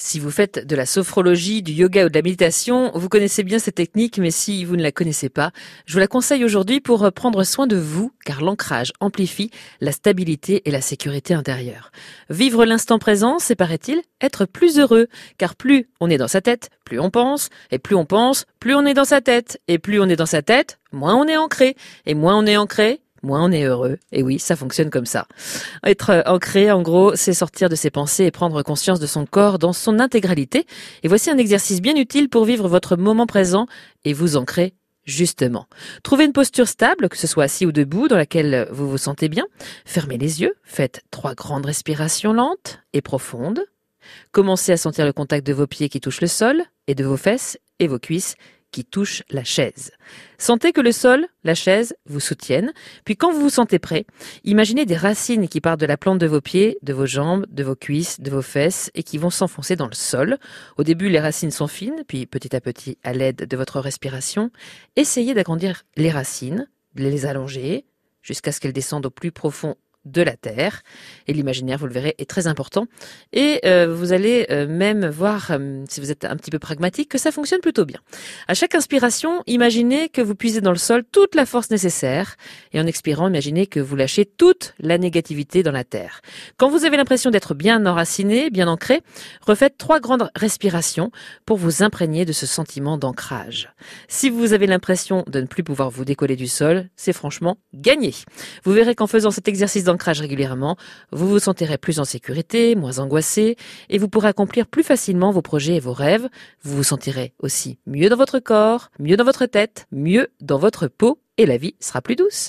Si vous faites de la sophrologie, du yoga ou de la méditation, vous connaissez bien cette technique, mais si vous ne la connaissez pas, je vous la conseille aujourd'hui pour prendre soin de vous, car l'ancrage amplifie la stabilité et la sécurité intérieure. Vivre l'instant présent, c'est, paraît-il, être plus heureux, car plus on est dans sa tête, plus on pense, et plus on pense, plus on est dans sa tête, et plus on est dans sa tête, moins on est ancré, et moins on est ancré, moins on est heureux. Et oui, ça fonctionne comme ça. Être ancré, en gros, c'est sortir de ses pensées et prendre conscience de son corps dans son intégralité. Et voici un exercice bien utile pour vivre votre moment présent et vous ancrer justement. Trouvez une posture stable, que ce soit assis ou debout, dans laquelle vous vous sentez bien. Fermez les yeux, faites 3 grandes respirations lentes et profondes. Commencez à sentir le contact de vos pieds qui touchent le sol et de vos fesses et vos cuisses qui touchent la chaise. Sentez que le sol, la chaise, vous soutiennent. Puis quand vous vous sentez prêt, imaginez des racines qui partent de la plante de vos pieds, de vos jambes, de vos cuisses, de vos fesses et qui vont s'enfoncer dans le sol. Au début, les racines sont fines, puis petit à petit, à l'aide de votre respiration, essayez d'agrandir les racines, de les allonger jusqu'à ce qu'elles descendent au plus profond de la terre. Et l'imaginaire, vous le verrez, est très important. Et vous allez même voir, si vous êtes un petit peu pragmatique, que ça fonctionne plutôt bien. À chaque inspiration, imaginez que vous puisez dans le sol toute la force nécessaire. Et en expirant, imaginez que vous lâchez toute la négativité dans la terre. Quand vous avez l'impression d'être bien enraciné, bien ancré, refaites 3 grandes respirations pour vous imprégner de ce sentiment d'ancrage. Si vous avez l'impression de ne plus pouvoir vous décoller du sol, c'est franchement gagné. Vous verrez qu'en faisant cet exercice d'ancrage régulièrement, vous vous sentirez plus en sécurité, moins angoissé, et vous pourrez accomplir plus facilement vos projets et vos rêves. Vous vous sentirez aussi mieux dans votre corps, mieux dans votre tête, mieux dans votre peau, et la vie sera plus douce.